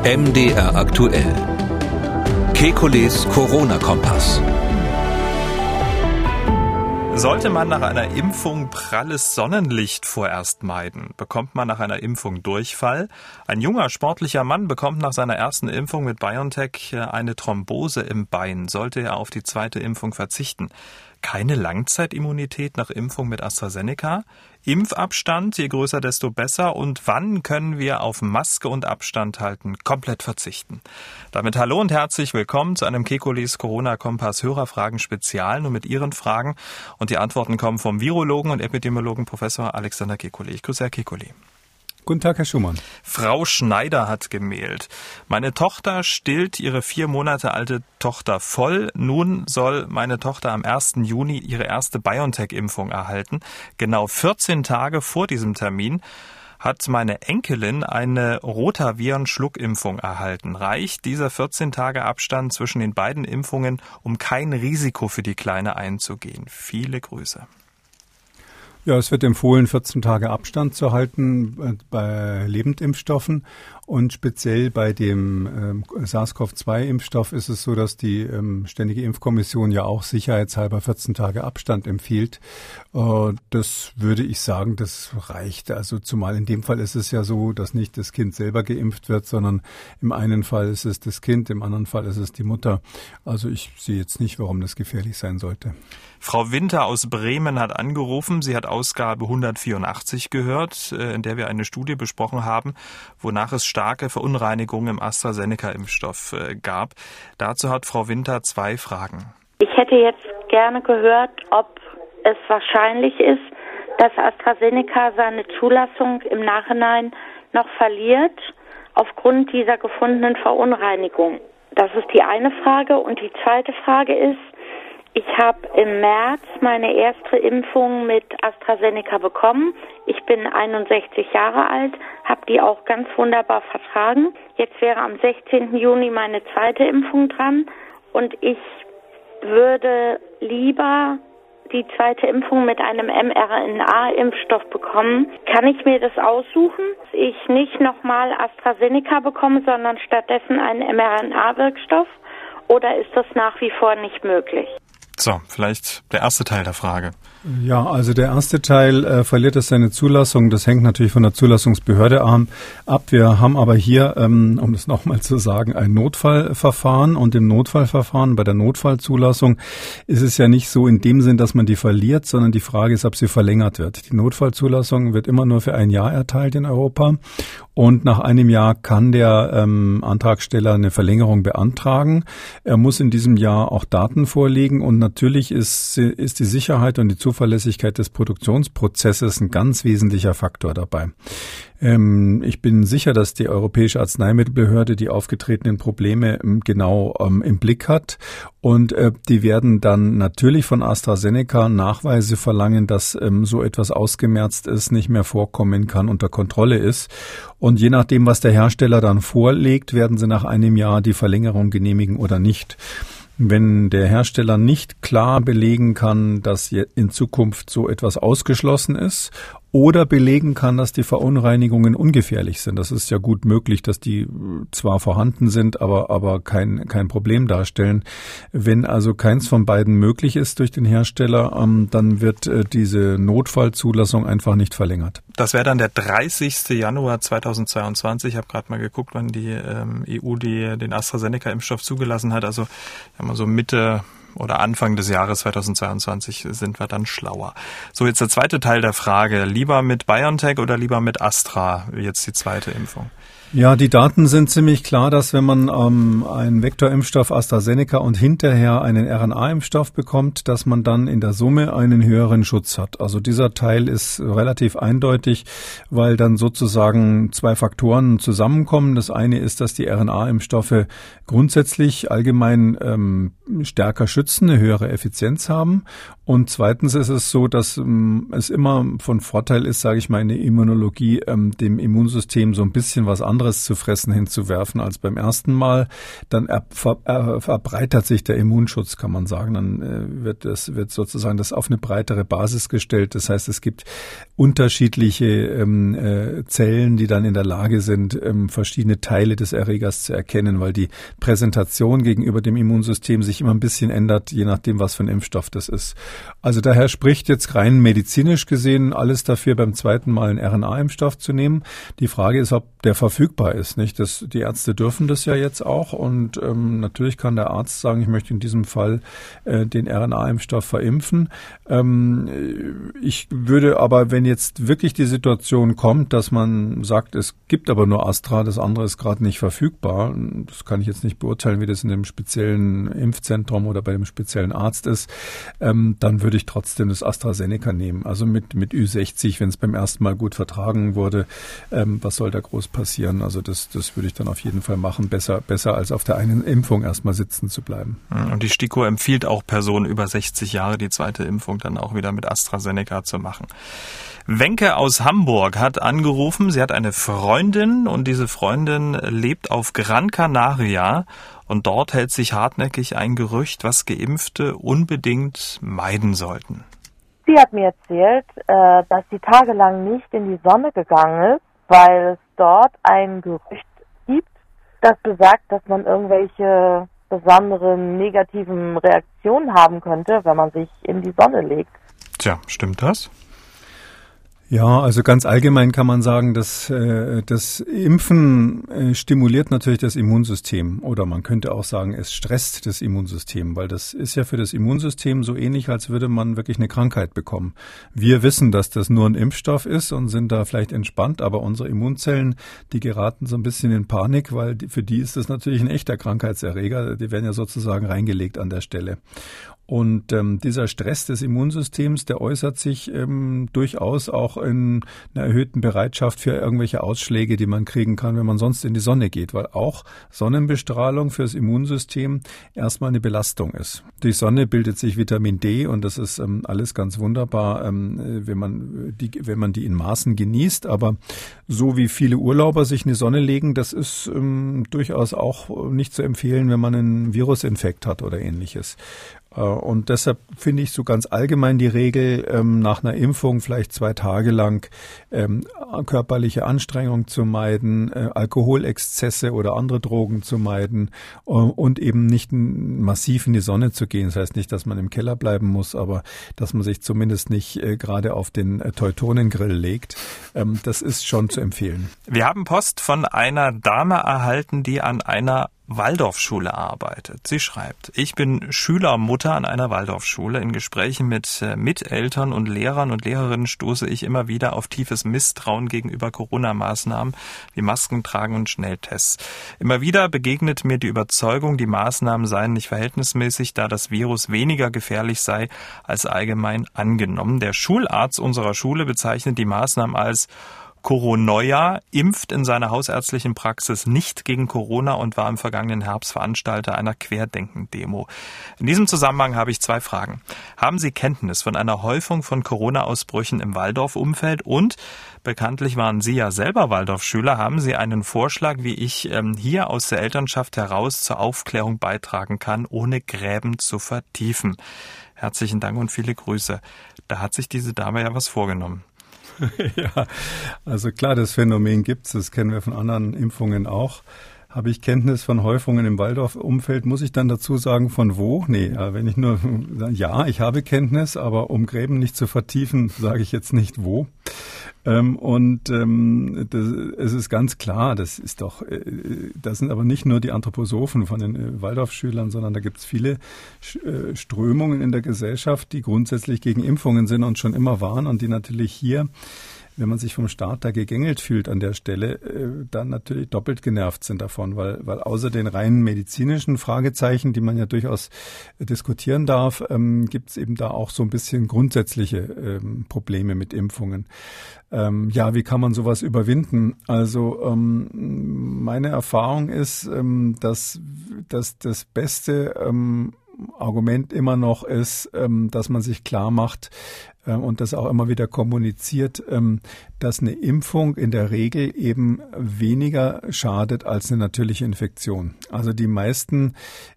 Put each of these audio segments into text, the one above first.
MDR aktuell. Kekules Corona-Kompass. Sollte man nach einer Impfung pralles Sonnenlicht vorerst meiden? Bekommt man nach einer Impfung Durchfall? Ein junger, sportlicher Mann bekommt nach seiner ersten Impfung mit BioNTech eine Thrombose im Bein. Sollte er auf die zweite Impfung verzichten? Keine Langzeitimmunität nach Impfung mit AstraZeneca? Impfabstand, je größer, desto besser. Und wann können wir auf Maske und Abstand halten komplett verzichten? Damit hallo und herzlich willkommen zu einem Kekules Corona-Kompass Hörerfragen Spezial, nur mit Ihren Fragen. Und die Antworten kommen vom Virologen und Epidemiologen Professor Alexander Kekulé. Ich grüße Herr Kekulé. Guten Tag, Herr Schumann. Frau Schneider hat gemailt. Meine Tochter stillt ihre 4 Monate alte Tochter voll. Nun soll meine Tochter am 1. Juni ihre erste BioNTech-Impfung erhalten. Genau 14 Tage vor diesem Termin hat meine Enkelin eine Rotaviren-Schluckimpfung erhalten. Reicht dieser 14 Tage Abstand zwischen den beiden Impfungen, um kein Risiko für die Kleine einzugehen? Viele Grüße. Ja, es wird empfohlen, 14 Tage Abstand zu halten bei Lebendimpfstoffen. Und speziell bei dem SARS-CoV-2-Impfstoff ist es so, dass die Ständige Impfkommission ja auch sicherheitshalber 14 Tage Abstand empfiehlt. Das würde ich sagen, das reicht. Also zumal in dem Fall ist es ja so, dass nicht das Kind selber geimpft wird, sondern im einen Fall ist es das Kind, im anderen Fall ist es die Mutter. Also ich sehe jetzt nicht, warum das gefährlich sein sollte. Frau Winter aus Bremen hat angerufen. Sie hat Ausgabe 184 gehört, in der wir eine Studie besprochen haben, wonach es starke Verunreinigungen im AstraZeneca-Impfstoff gab. Dazu hat Frau Winter 2 Fragen. Ich hätte jetzt gerne gehört, ob es wahrscheinlich ist, dass AstraZeneca seine Zulassung im Nachhinein noch verliert aufgrund dieser gefundenen Verunreinigung. Das ist die eine Frage. Und die zweite Frage ist, ich habe im März meine erste Impfung mit AstraZeneca bekommen. Ich bin 61 Jahre alt, habe die auch ganz wunderbar vertragen. Jetzt wäre am 16. Juni meine zweite Impfung dran und ich würde lieber die zweite Impfung mit einem mRNA-Impfstoff bekommen. Kann ich mir das aussuchen, dass ich nicht nochmal AstraZeneca bekomme, sondern stattdessen einen mRNA-Wirkstoff? Oder ist das nach wie vor nicht möglich? So, vielleicht der erste Teil der Frage. Ja, also der erste Teil verliert es seine Zulassung. Das hängt natürlich von der Zulassungsbehörde ab. Wir haben aber hier, um das nochmal zu sagen, ein Notfallverfahren. Und im Notfallverfahren, bei der Notfallzulassung, ist es ja nicht so in dem Sinn, dass man die verliert, sondern die Frage ist, ob sie verlängert wird. Die Notfallzulassung wird immer nur für ein Jahr erteilt in Europa. Und nach einem Jahr kann der Antragsteller eine Verlängerung beantragen. Er muss in diesem Jahr auch Daten vorlegen. Und natürlich ist die Sicherheit und die Zuverlässigkeit des Produktionsprozesses ein ganz wesentlicher Faktor dabei. Ich bin sicher, dass die Europäische Arzneimittelbehörde die aufgetretenen Probleme genau im Blick hat. Und die werden dann natürlich von AstraZeneca Nachweise verlangen, dass so etwas ausgemerzt ist, nicht mehr vorkommen kann, unter Kontrolle ist. Und je nachdem, was der Hersteller dann vorlegt, werden sie nach einem Jahr die Verlängerung genehmigen oder nicht. Wenn der Hersteller nicht klar belegen kann, dass in Zukunft so etwas ausgeschlossen ist oder belegen kann, dass die Verunreinigungen ungefährlich sind. Das ist ja gut möglich, dass die zwar vorhanden sind, aber kein Problem darstellen. Wenn also keins von beiden möglich ist durch den Hersteller, dann wird diese Notfallzulassung einfach nicht verlängert. Das wäre dann der 30. Januar 2022. Ich habe gerade mal geguckt, wann die EU den AstraZeneca-Impfstoff zugelassen hat. Also so Mitte oder Anfang des Jahres 2022 sind wir dann schlauer. So, jetzt der zweite Teil der Frage. Lieber mit BioNTech oder lieber mit Astra, jetzt die zweite Impfung? Ja, die Daten sind ziemlich klar, dass wenn man einen Vektorimpfstoff AstraZeneca und hinterher einen RNA-Impfstoff bekommt, dass man dann in der Summe einen höheren Schutz hat. Also dieser Teil ist relativ eindeutig, weil dann sozusagen 2 Faktoren zusammenkommen. Das eine ist, dass die RNA-Impfstoffe grundsätzlich allgemein stärker schützen, eine höhere Effizienz haben. Und zweitens ist es so, dass es immer von Vorteil ist, sage ich mal, in der Immunologie dem Immunsystem so ein bisschen was anderes zu fressen hinzuwerfen als beim ersten Mal. Dann verbreitert sich der Immunschutz, kann man sagen. Dann wird sozusagen das auf eine breitere Basis gestellt. Das heißt, es gibt unterschiedliche Zellen, die dann in der Lage sind, verschiedene Teile des Erregers zu erkennen, weil die Präsentation gegenüber dem Immunsystem sich immer ein bisschen ändert, je nachdem, was für ein Impfstoff das ist. Also daher spricht jetzt rein medizinisch gesehen alles dafür, beim zweiten Mal einen RNA-Impfstoff zu nehmen. Die Frage ist, ob der verfügbar ist, nicht? Die Ärzte dürfen das ja jetzt auch und natürlich kann der Arzt sagen, ich möchte in diesem Fall den RNA-Impfstoff verimpfen. Ich würde aber, wenn jetzt wirklich die Situation kommt, dass man sagt, es gibt aber nur Astra, das andere ist gerade nicht verfügbar, das kann ich jetzt nicht beurteilen, wie das in dem speziellen Impfzentrum oder bei dem speziellen Arzt ist, dann würde ich trotzdem das AstraZeneca nehmen. Also mit Ü60, wenn es beim ersten Mal gut vertragen wurde, was soll da groß passieren? Also das würde ich dann auf jeden Fall machen. Besser als auf der einen Impfung erstmal sitzen zu bleiben. Und die STIKO empfiehlt auch Personen über 60 Jahre die zweite Impfung dann auch wieder mit AstraZeneca zu machen. Wenke aus Hamburg hat angerufen. Sie hat eine Freundin und diese Freundin lebt auf Gran Canaria und dort hält sich hartnäckig ein Gerücht, was Geimpfte unbedingt meiden sollten. Sie hat mir erzählt, dass sie tagelang nicht in die Sonne gegangen ist, weil es dort ein Gerücht gibt, das besagt, dass man irgendwelche besonderen negativen Reaktionen haben könnte, wenn man sich in die Sonne legt. Tja, stimmt das? Ja, also ganz allgemein kann man sagen, dass das Impfen stimuliert natürlich das Immunsystem oder man könnte auch sagen, es stresst das Immunsystem, weil das ist ja für das Immunsystem so ähnlich, als würde man wirklich eine Krankheit bekommen. Wir wissen, dass das nur ein Impfstoff ist und sind da vielleicht entspannt, aber unsere Immunzellen, die geraten so ein bisschen in Panik, weil für die ist das natürlich ein echter Krankheitserreger. Die werden ja sozusagen reingelegt an der Stelle. Und dieser Stress des Immunsystems, der äußert sich durchaus auch in einer erhöhten Bereitschaft für irgendwelche Ausschläge, die man kriegen kann, wenn man sonst in die Sonne geht, weil auch Sonnenbestrahlung fürs Immunsystem erstmal eine Belastung ist. Durch Sonne bildet sich Vitamin D und das ist alles ganz wunderbar, wenn man die in Maßen genießt. Aber so wie viele Urlauber sich in die Sonne legen, das ist durchaus auch nicht zu empfehlen, wenn man einen Virusinfekt hat oder Ähnliches. Und deshalb finde ich so ganz allgemein die Regel, nach einer Impfung vielleicht 2 Tage lang körperliche Anstrengung zu meiden, Alkoholexzesse oder andere Drogen zu meiden und eben nicht massiv in die Sonne zu gehen. Das heißt nicht, dass man im Keller bleiben muss, aber dass man sich zumindest nicht gerade auf den Teutonengrill legt. Das ist schon zu empfehlen. Wir haben Post von einer Dame erhalten, die an einer Waldorfschule arbeitet. Sie schreibt: Ich bin Schülermutter an einer Waldorfschule. In Gesprächen mit Eltern und Lehrern und Lehrerinnen stoße ich immer wieder auf tiefes Misstrauen gegenüber Corona-Maßnahmen wie Masken tragen und Schnelltests. Immer wieder begegnet mir die Überzeugung, die Maßnahmen seien nicht verhältnismäßig, da das Virus weniger gefährlich sei als allgemein angenommen. Der Schularzt unserer Schule bezeichnet die Maßnahmen als Coronoia, impft in seiner hausärztlichen Praxis nicht gegen Corona und war im vergangenen Herbst Veranstalter einer Querdenken-Demo. In diesem Zusammenhang habe ich 2 Fragen. Haben Sie Kenntnis von einer Häufung von Corona-Ausbrüchen im Waldorf-Umfeld? Und bekanntlich waren Sie ja selber Waldorfschüler. Haben Sie einen Vorschlag, wie ich hier aus der Elternschaft heraus zur Aufklärung beitragen kann, ohne Gräben zu vertiefen? Herzlichen Dank und viele Grüße. Da hat sich diese Dame ja was vorgenommen. Ja, also klar, das Phänomen gibt's, das kennen wir von anderen Impfungen auch. Habe ich Kenntnis von Häufungen im Waldorf-Umfeld? Muss ich dann dazu sagen, von wo? Nee, wenn ich nur, ja, ich habe Kenntnis, aber um Gräben nicht zu vertiefen, sage ich jetzt nicht wo. Es ist ganz klar, das sind aber nicht nur die Anthroposophen von den Waldorfschülern, sondern da gibt es viele Strömungen in der Gesellschaft, die grundsätzlich gegen Impfungen sind und schon immer waren und die natürlich hier, wenn man sich vom Staat da gegängelt fühlt an der Stelle, dann natürlich doppelt genervt sind davon, weil außer den rein medizinischen Fragezeichen, die man ja durchaus diskutieren darf, gibt es eben da auch so ein bisschen grundsätzliche Probleme mit Impfungen. Ja, wie kann man sowas überwinden? Also meine Erfahrung ist, dass das beste Argument immer noch ist, dass man sich klar macht, und das auch immer wieder kommuniziert, dass eine Impfung in der Regel eben weniger schadet als eine natürliche Infektion. Also die meisten,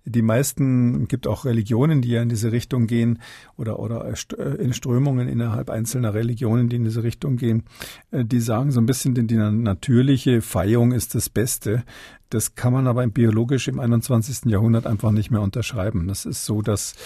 gibt auch Religionen, die ja in diese Richtung gehen oder in Strömungen innerhalb einzelner Religionen, die in diese Richtung gehen, die sagen so ein bisschen, die natürliche Feihung ist das Beste. Das kann man aber biologisch im 21. Jahrhundert einfach nicht mehr unterschreiben. Das ist so, dass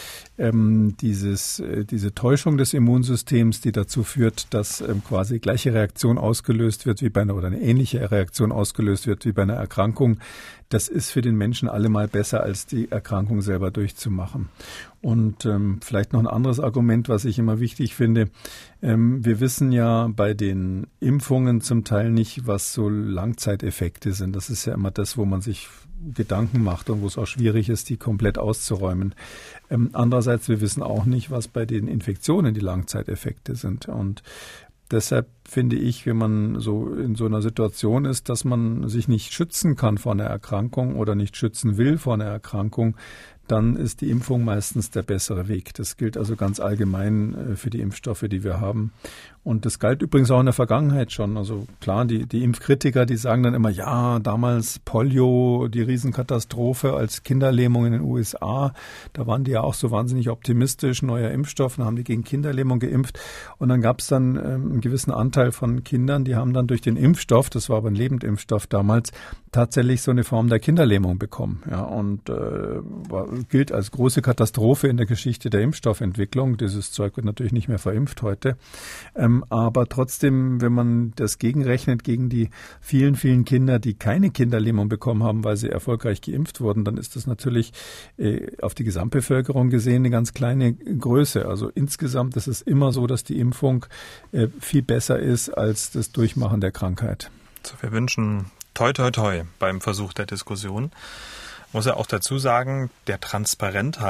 diese Täuschung des Immunsystems, die dazu führt, dass quasi gleiche Reaktion ausgelöst wird wie oder eine ähnliche Reaktion ausgelöst wird wie bei einer Erkrankung, das ist für den Menschen allemal besser, als die Erkrankung selber durchzumachen. Und vielleicht noch ein anderes Argument, was ich immer wichtig finde. Wir wissen ja bei den Impfungen zum Teil nicht, was so Langzeiteffekte sind. Das ist ja immer das, wo man sich Gedanken macht und wo es auch schwierig ist, die komplett auszuräumen. Andererseits, wir wissen auch nicht, was bei den Infektionen die Langzeiteffekte sind. Und deshalb finde ich, wenn man so in so einer Situation ist, dass man sich nicht schützen kann vor einer Erkrankung oder nicht schützen will vor einer Erkrankung, dann ist die Impfung meistens der bessere Weg. Das gilt also ganz allgemein für die Impfstoffe, die wir haben. Und das galt übrigens auch in der Vergangenheit schon. Also klar, die Impfkritiker, die sagen dann immer, ja, damals Polio, die Riesenkatastrophe als Kinderlähmung in den USA, da waren die ja auch so wahnsinnig optimistisch, neuer Impfstoff, dann haben die gegen Kinderlähmung geimpft. Und dann gab es dann einen gewissen Anteil von Kindern, die haben dann durch den Impfstoff, das war aber ein Lebendimpfstoff damals, tatsächlich so eine Form der Kinderlähmung bekommen. Ja, und gilt als große Katastrophe in der Geschichte der Impfstoffentwicklung. Dieses Zeug wird natürlich nicht mehr verimpft heute. Aber trotzdem, wenn man das gegenrechnet gegen die vielen, vielen Kinder, die keine Kinderlähmung bekommen haben, weil sie erfolgreich geimpft wurden, dann ist das natürlich auf die Gesamtbevölkerung gesehen eine ganz kleine Größe. Also insgesamt ist es immer so, dass die Impfung viel besser ist als das Durchmachen der Krankheit. So, wir wünschen toi toi toi beim Versuch der Diskussion. Muss ja auch dazu sagen, der Transparenz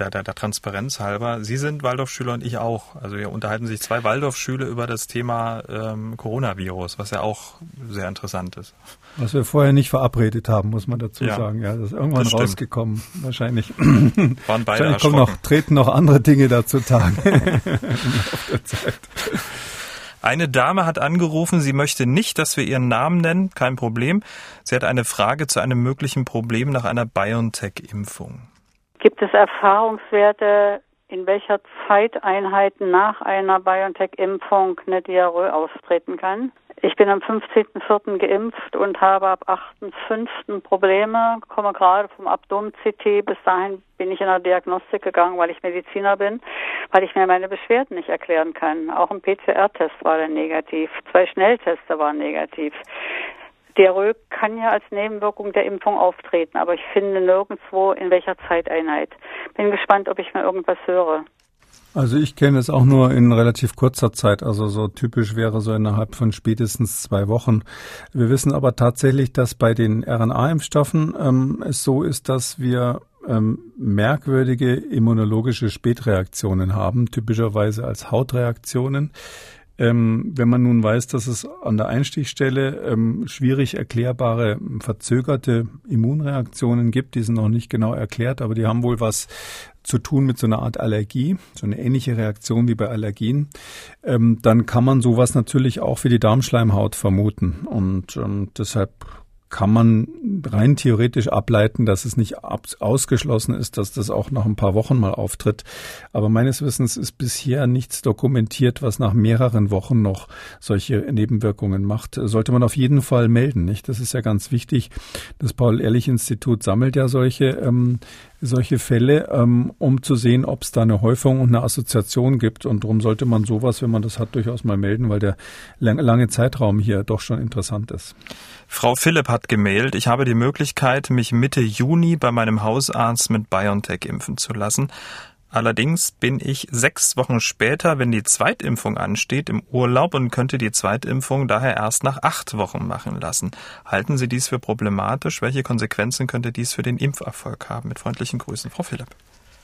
halber, Sie sind Waldorfschüler und ich auch. Also hier unterhalten sich zwei Waldorfschüler über das Thema Coronavirus, was ja auch sehr interessant ist. Was wir vorher nicht verabredet haben, muss man dazu sagen. Ja, das ist irgendwann rausgekommen. Wahrscheinlich waren beide erschrocken. Treten noch andere Dinge dazu Tage im Laufe der Zeit. Eine Dame hat angerufen, sie möchte nicht, dass wir ihren Namen nennen, kein Problem. Sie hat eine Frage zu einem möglichen Problem nach einer BioNTech-Impfung. Gibt es Erfahrungswerte, in welcher Zeiteinheit nach einer BioNTech-Impfung eine Diarrhoe auftreten kann? Ich bin am 15.04. geimpft und habe ab 8.05. Probleme, komme gerade vom Abdomen-CT. Bis dahin bin ich in der Diagnostik gegangen, weil ich Mediziner bin, weil ich mir meine Beschwerden nicht erklären kann. Auch ein PCR-Test war dann negativ. 2 Schnelltests waren negativ. Diarrhoe kann ja als Nebenwirkung der Impfung auftreten, aber ich finde nirgendwo in welcher Zeiteinheit. Bin gespannt, ob ich mal irgendwas höre. Also ich kenne es auch nur in relativ kurzer Zeit, also so typisch wäre so innerhalb von spätestens 2 Wochen. Wir wissen aber tatsächlich, dass bei den RNA-Impfstoffen es so ist, dass wir merkwürdige immunologische Spätreaktionen haben, typischerweise als Hautreaktionen. Wenn man nun weiß, dass es an der Einstichstelle schwierig erklärbare, verzögerte Immunreaktionen gibt, die sind noch nicht genau erklärt, aber die haben wohl was zu tun mit so einer Art Allergie, so eine ähnliche Reaktion wie bei Allergien, dann kann man sowas natürlich auch für die Darmschleimhaut vermuten. Und deshalb kann man rein theoretisch ableiten, dass es nicht ausgeschlossen ist, dass das auch nach ein paar Wochen mal auftritt. Aber meines Wissens ist bisher nichts dokumentiert, was nach mehreren Wochen noch solche Nebenwirkungen macht. Sollte man auf jeden Fall melden, nicht? Das ist ja ganz wichtig. Das Paul-Ehrlich-Institut sammelt ja solche Fälle, um zu sehen, ob es da eine Häufung und eine Assoziation gibt. Und darum sollte man sowas, wenn man das hat, durchaus mal melden, weil der lange Zeitraum hier doch schon interessant ist. Frau Philipp hat gemailt, ich habe die Möglichkeit, mich Mitte Juni bei meinem Hausarzt mit BioNTech impfen zu lassen. Allerdings bin ich 6 Wochen später, wenn die Zweitimpfung ansteht, im Urlaub und könnte die Zweitimpfung daher erst nach 8 Wochen machen lassen. Halten Sie dies für problematisch? Welche Konsequenzen könnte dies für den Impferfolg haben? Mit freundlichen Grüßen, Frau Philipp.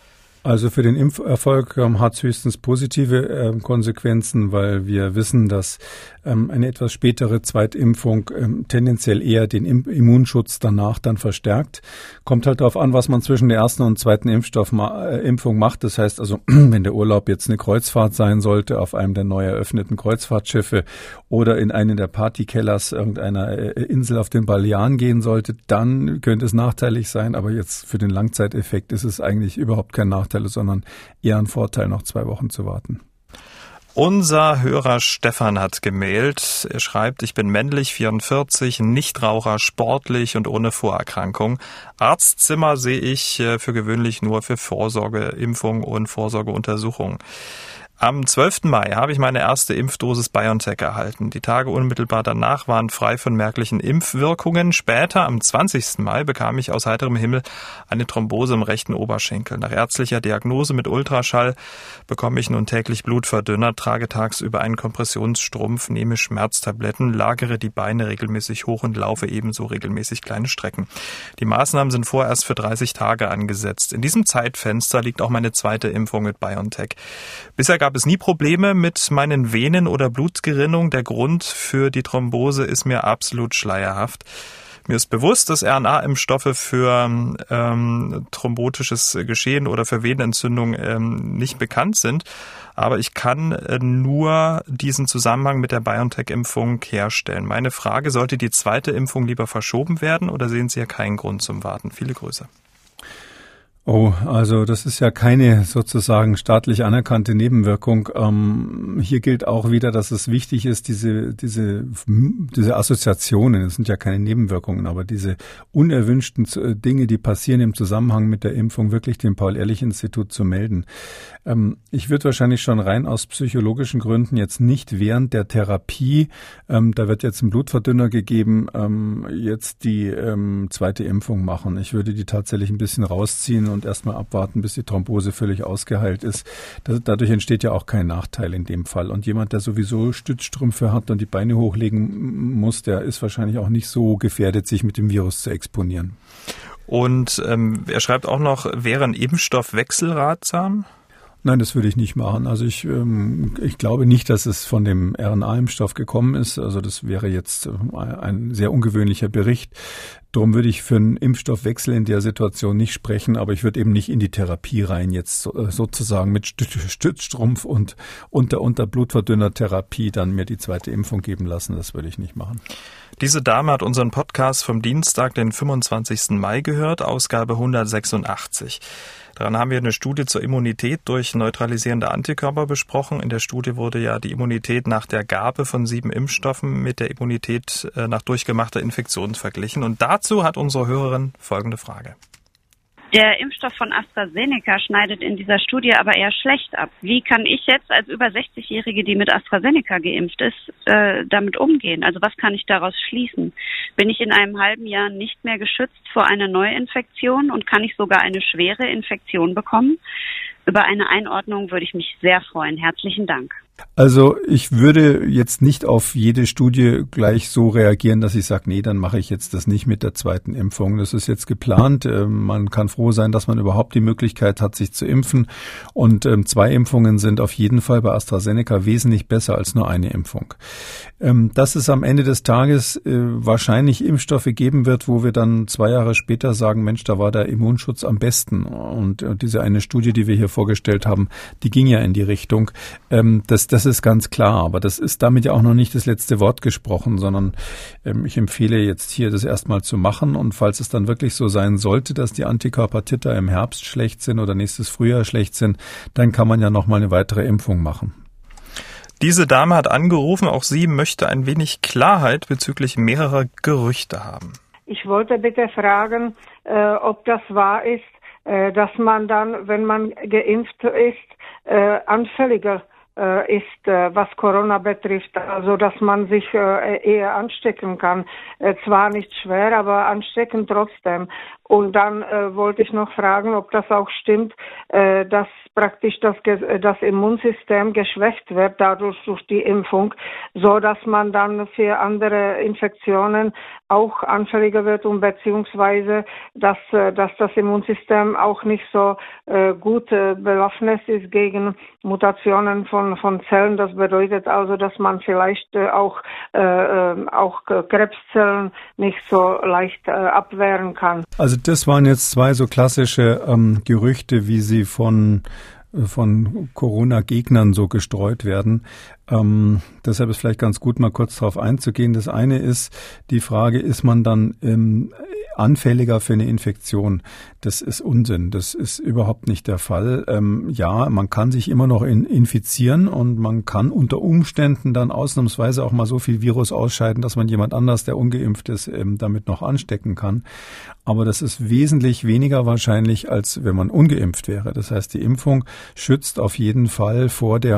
Also für den Impferfolg hat es höchstens positive Konsequenzen, weil wir wissen, dass eine etwas spätere Zweitimpfung tendenziell eher den Immunschutz danach dann verstärkt. Kommt halt darauf an, was man zwischen der ersten und zweiten Impfung macht. Das heißt also, wenn der Urlaub jetzt eine Kreuzfahrt sein sollte auf einem der neu eröffneten Kreuzfahrtschiffe oder in einen der Partykellers irgendeiner Insel auf den Balearen gehen sollte, dann könnte es nachteilig sein. Aber jetzt für den Langzeiteffekt ist es eigentlich überhaupt kein Nachteil, sondern eher ein Vorteil, noch 2 Wochen zu warten. Unser Hörer Stefan hat gemailt. Er schreibt, ich bin männlich, 44, Nichtraucher, sportlich und ohne Vorerkrankung. Arztzimmer sehe ich für gewöhnlich nur für Vorsorgeimpfung und Vorsorgeuntersuchung. Am 12. Mai habe ich meine erste Impfdosis BioNTech erhalten. Die Tage unmittelbar danach waren frei von merklichen Impfwirkungen. Später, am 20. Mai, bekam ich aus heiterem Himmel eine Thrombose im rechten Oberschenkel. Nach ärztlicher Diagnose mit Ultraschall bekomme ich nun täglich Blutverdünner, trage tagsüber einen Kompressionsstrumpf, nehme Schmerztabletten, lagere die Beine regelmäßig hoch und laufe ebenso regelmäßig kleine Strecken. Die Maßnahmen sind vorerst für 30 Tage angesetzt. In diesem Zeitfenster liegt auch meine zweite Impfung mit BioNTech. Bisher gab es nie Probleme mit meinen Venen oder Blutgerinnung. Der Grund für die Thrombose ist mir absolut schleierhaft. Mir ist bewusst, dass RNA-Impfstoffe für thrombotisches Geschehen oder für Venenentzündung nicht bekannt sind. Aber ich kann nur diesen Zusammenhang mit der BioNTech-Impfung herstellen. Meine Frage, sollte die zweite Impfung lieber verschoben werden oder sehen Sie ja keinen Grund zum Warten? Viele Grüße. Oh, also das ist ja keine sozusagen staatlich anerkannte Nebenwirkung. Hier gilt auch wieder, dass es wichtig ist, diese Assoziationen, das sind ja keine Nebenwirkungen, aber diese unerwünschten Dinge, die passieren im Zusammenhang mit der Impfung, wirklich dem Paul-Ehrlich-Institut zu melden. Ich würde wahrscheinlich schon rein aus psychologischen Gründen jetzt nicht während der Therapie, da wird jetzt ein Blutverdünner gegeben, jetzt die zweite Impfung machen. Ich würde die tatsächlich ein bisschen rausziehen und erstmal abwarten, bis die Thrombose völlig ausgeheilt ist. Dadurch entsteht ja auch kein Nachteil in dem Fall. Und jemand, der sowieso Stützstrümpfe hat und die Beine hochlegen muss, der ist wahrscheinlich auch nicht so gefährdet, sich mit dem Virus zu exponieren. Und er schreibt auch noch, wäre ein Impfstoffwechsel ratsam? Nein, das würde ich nicht machen. Also ich glaube nicht, dass es von dem RNA-Impfstoff gekommen ist. Also das wäre jetzt ein sehr ungewöhnlicher Bericht. Darum würde ich für einen Impfstoffwechsel in der Situation nicht sprechen, aber ich würde eben nicht in die Therapie rein, jetzt sozusagen mit Stützstrumpf und unter Blutverdünner-Therapie dann mir die zweite Impfung geben lassen. Das würde ich nicht machen. Diese Dame hat unseren Podcast vom Dienstag, den 25. Mai gehört, Ausgabe 186. Daran haben wir eine Studie zur Immunität durch neutralisierende Antikörper besprochen. In der Studie wurde ja die Immunität nach der Gabe von 7 Impfstoffen mit der Immunität nach durchgemachter Infektion verglichen. Und dazu hat unsere Hörerin folgende Frage. Der Impfstoff von AstraZeneca schneidet in dieser Studie aber eher schlecht ab. Wie kann ich jetzt als über 60-Jährige, die mit AstraZeneca geimpft ist, damit umgehen? Also was kann ich daraus schließen? Bin ich in einem halben Jahr nicht mehr geschützt vor einer Neuinfektion und kann ich sogar eine schwere Infektion bekommen? Über eine Einordnung würde ich mich sehr freuen. Herzlichen Dank. Also ich würde jetzt nicht auf jede Studie gleich so reagieren, dass ich sage, nee, dann mache ich jetzt das nicht mit der zweiten Impfung. Das ist jetzt geplant. Man kann froh sein, dass man überhaupt die Möglichkeit hat, sich zu impfen. Und 2 Impfungen sind auf jeden Fall bei AstraZeneca wesentlich besser als nur eine Impfung. Dass es am Ende des Tages wahrscheinlich Impfstoffe geben wird, wo wir dann 2 Jahre später sagen, Mensch, da war der Immunschutz am besten. Und diese eine Studie, die wir hier vorgestellt haben, die ging ja in die Richtung. Das ist ganz klar, aber das ist damit ja auch noch nicht das letzte Wort gesprochen, sondern ich empfehle jetzt hier das erstmal zu machen und falls es dann wirklich so sein sollte, dass die Antikörpertiter im Herbst schlecht sind oder nächstes Frühjahr schlecht sind, dann kann man ja nochmal eine weitere Impfung machen. Diese Dame hat angerufen, auch sie möchte ein wenig Klarheit bezüglich mehrerer Gerüchte haben. Ich wollte bitte fragen, ob das wahr ist, dass man dann, wenn man geimpft ist, anfälliger ist, was Corona betrifft, also dass man sich eher anstecken kann. Zwar nicht schwer, aber anstecken trotzdem. Und dann wollte ich noch fragen, ob das auch stimmt, dass praktisch das Immunsystem geschwächt wird dadurch durch die Impfung, so dass man dann für andere Infektionen auch anfälliger wird und beziehungsweise dass das Immunsystem auch nicht so gut bewaffnet ist gegen Mutationen von Zellen. Das bedeutet also, dass man vielleicht auch Krebszellen nicht so leicht abwehren kann. Also das waren jetzt zwei so klassische Gerüchte, wie sie von Corona-Gegnern so gestreut werden. Deshalb ist vielleicht ganz gut, mal kurz darauf einzugehen. Das eine ist die Frage, ist man dann anfälliger für eine Infektion? Das ist Unsinn. Das ist überhaupt nicht der Fall. Ja, man kann sich immer noch infizieren und man kann unter Umständen dann ausnahmsweise auch mal so viel Virus ausscheiden, dass man jemand anders, der ungeimpft ist, damit noch anstecken kann. Aber das ist wesentlich weniger wahrscheinlich, als wenn man ungeimpft wäre. Das heißt, die Impfung schützt auf jeden Fall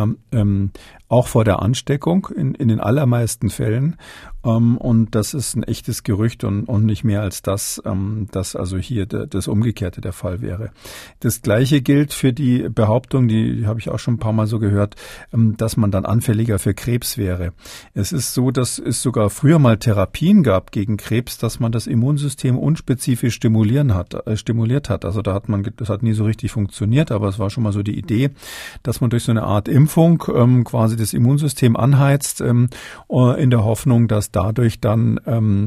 auch vor der Ansteckung in den allermeisten Fällen. Und das ist ein echtes Gerücht und nicht mehr als das, dass also hier das Umgekehrte der Fall wäre. Das Gleiche gilt für die Behauptung, die habe ich auch schon ein paar Mal so gehört, dass man dann anfälliger für Krebs wäre. Es ist so, dass es sogar früher mal Therapien gab gegen Krebs, dass man das Immunsystem unspezifisch stimuliert hat. Also das hat nie so richtig funktioniert, aber es war schon mal so die Idee, dass man durch so eine Art Impfung quasi das Immunsystem anheizt, in der Hoffnung, dass dadurch dann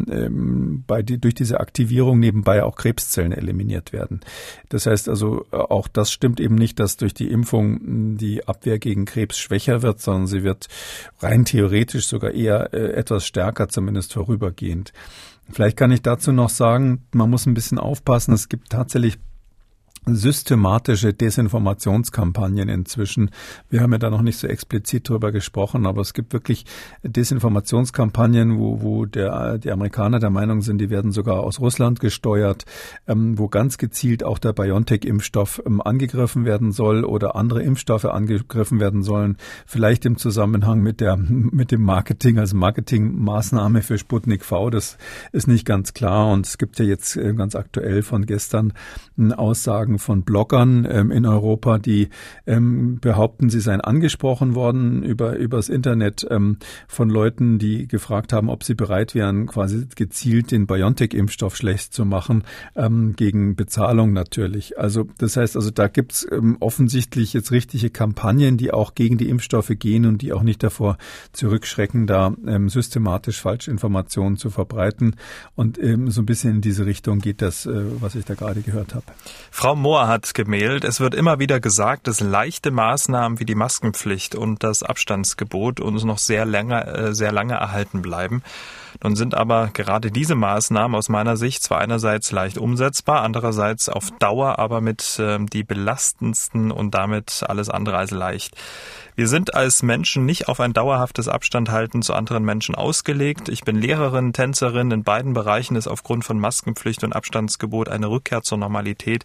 durch diese Aktivierung nebenbei auch Krebszellen eliminiert werden. Das heißt also, auch das stimmt eben nicht, dass durch die Impfung die Abwehr gegen Krebs schwächer wird, sondern sie wird rein theoretisch sogar eher etwas stärker, zumindest vorübergehend. Vielleicht kann ich dazu noch sagen, man muss ein bisschen aufpassen. Es gibt tatsächlich systematische Desinformationskampagnen inzwischen. Wir haben ja da noch nicht so explizit drüber gesprochen, aber es gibt wirklich Desinformationskampagnen, wo die Amerikaner der Meinung sind, die werden sogar aus Russland gesteuert, wo ganz gezielt auch der BioNTech-Impfstoff angegriffen werden soll oder andere Impfstoffe angegriffen werden sollen, vielleicht im Zusammenhang mit dem Marketing, also Marketingmaßnahme für Sputnik V. Das ist nicht ganz klar und es gibt ja jetzt ganz aktuell von gestern Aussagen von Bloggern in Europa, die behaupten, sie seien angesprochen worden übers Internet von Leuten, die gefragt haben, ob sie bereit wären, quasi gezielt den BioNTech-Impfstoff schlecht zu machen, gegen Bezahlung natürlich. Also das heißt, also da gibt's offensichtlich jetzt richtige Kampagnen, die auch gegen die Impfstoffe gehen und die auch nicht davor zurückschrecken, da systematisch Falschinformationen zu verbreiten. Und so ein bisschen in diese Richtung geht das, was ich da gerade gehört habe. Frau Mohr hat gemailt, es wird immer wieder gesagt, dass leichte Maßnahmen wie die Maskenpflicht und das Abstandsgebot uns noch sehr lange erhalten bleiben. Nun sind aber gerade diese Maßnahmen aus meiner Sicht zwar einerseits leicht umsetzbar, andererseits auf Dauer aber mit die belastendsten und damit alles andere als leicht. Wir sind als Menschen nicht auf ein dauerhaftes Abstandhalten zu anderen Menschen ausgelegt. Ich bin Lehrerin, Tänzerin. In beiden Bereichen ist aufgrund von Maskenpflicht und Abstandsgebot eine Rückkehr zur Normalität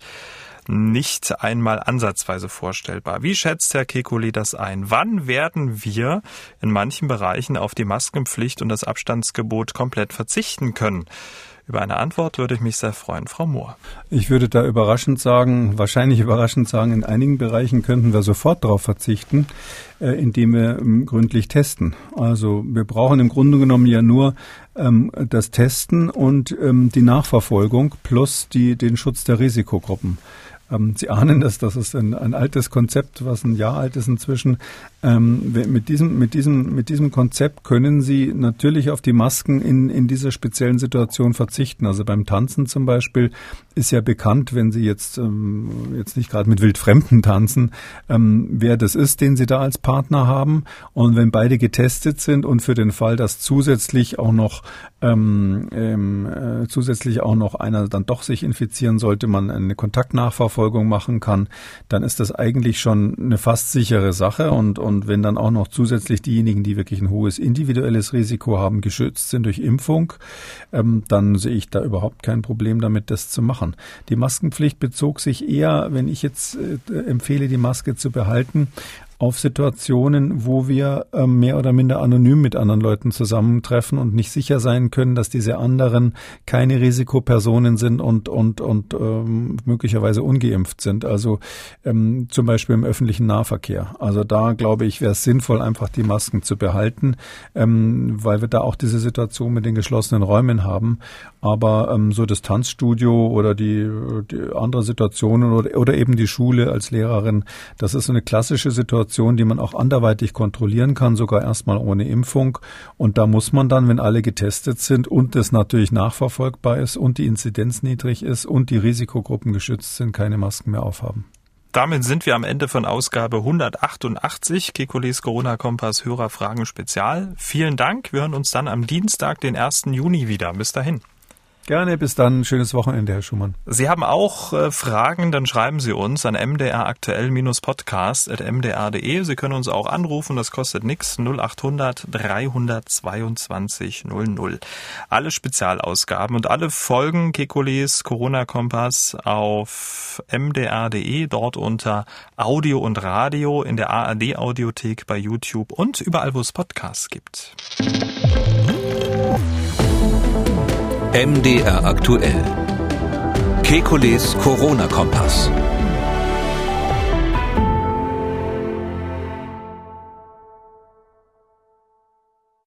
nicht einmal ansatzweise vorstellbar. Wie schätzt Herr Kekulé das ein? Wann werden wir in manchen Bereichen auf die Maskenpflicht und das Abstandsgebot komplett verzichten können? Über eine Antwort würde ich mich sehr freuen. Frau Mohr. Ich würde da wahrscheinlich überraschend sagen, in einigen Bereichen könnten wir sofort darauf verzichten, indem wir gründlich testen. Also wir brauchen im Grunde genommen ja nur das Testen und die Nachverfolgung plus den Schutz der Risikogruppen. Sie ahnen das ist ein altes Konzept, was ein Jahr alt ist inzwischen. Mit diesem Konzept können Sie natürlich auf die Masken in dieser speziellen Situation verzichten. Also beim Tanzen zum Beispiel ist ja bekannt, wenn Sie jetzt nicht gerade mit Wildfremden tanzen, wer das ist, den Sie da als Partner haben. Und wenn beide getestet sind und für den Fall, dass zusätzlich auch noch einer dann doch sich infizieren sollte, man eine Kontaktnachverfolgung machen kann, dann ist das eigentlich schon eine fast sichere Sache. Und wenn dann auch noch zusätzlich diejenigen, die wirklich ein hohes individuelles Risiko haben, geschützt sind durch Impfung, dann sehe ich da überhaupt kein Problem damit, das zu machen. Die Maskenpflicht bezog sich eher, wenn ich jetzt empfehle, die Maske zu behalten, auf Situationen, wo wir mehr oder minder anonym mit anderen Leuten zusammentreffen und nicht sicher sein können, dass diese anderen keine Risikopersonen sind und möglicherweise ungeimpft sind. Also zum Beispiel im öffentlichen Nahverkehr. Also da glaube ich, wäre es sinnvoll, einfach die Masken zu behalten, weil wir da auch diese Situation mit den geschlossenen Räumen haben. Aber so das Tanzstudio oder die andere Situationen oder eben die Schule als Lehrerin, das ist so eine klassische Situation, die man auch anderweitig kontrollieren kann, sogar erstmal ohne Impfung. Und da muss man dann, wenn alle getestet sind und es natürlich nachverfolgbar ist und die Inzidenz niedrig ist und die Risikogruppen geschützt sind, keine Masken mehr aufhaben. Damit sind wir am Ende von Ausgabe 188, Kekules Corona-Kompass Hörerfragen Spezial. Vielen Dank. Wir hören uns dann am Dienstag, den 1. Juni wieder. Bis dahin. Gerne, bis dann. Schönes Wochenende, Herr Schumann. Sie haben auch Fragen, dann schreiben Sie uns an mdraktuell-podcast@mdr.de. Sie können uns auch anrufen, das kostet nichts, 0800 322 00. Alle Spezialausgaben und alle Folgen Kekules Corona-Kompass auf mdr.de, dort unter Audio und Radio, in der ARD-Audiothek, bei YouTube und überall, wo es Podcasts gibt. MDR aktuell. Kekules Corona-Kompass.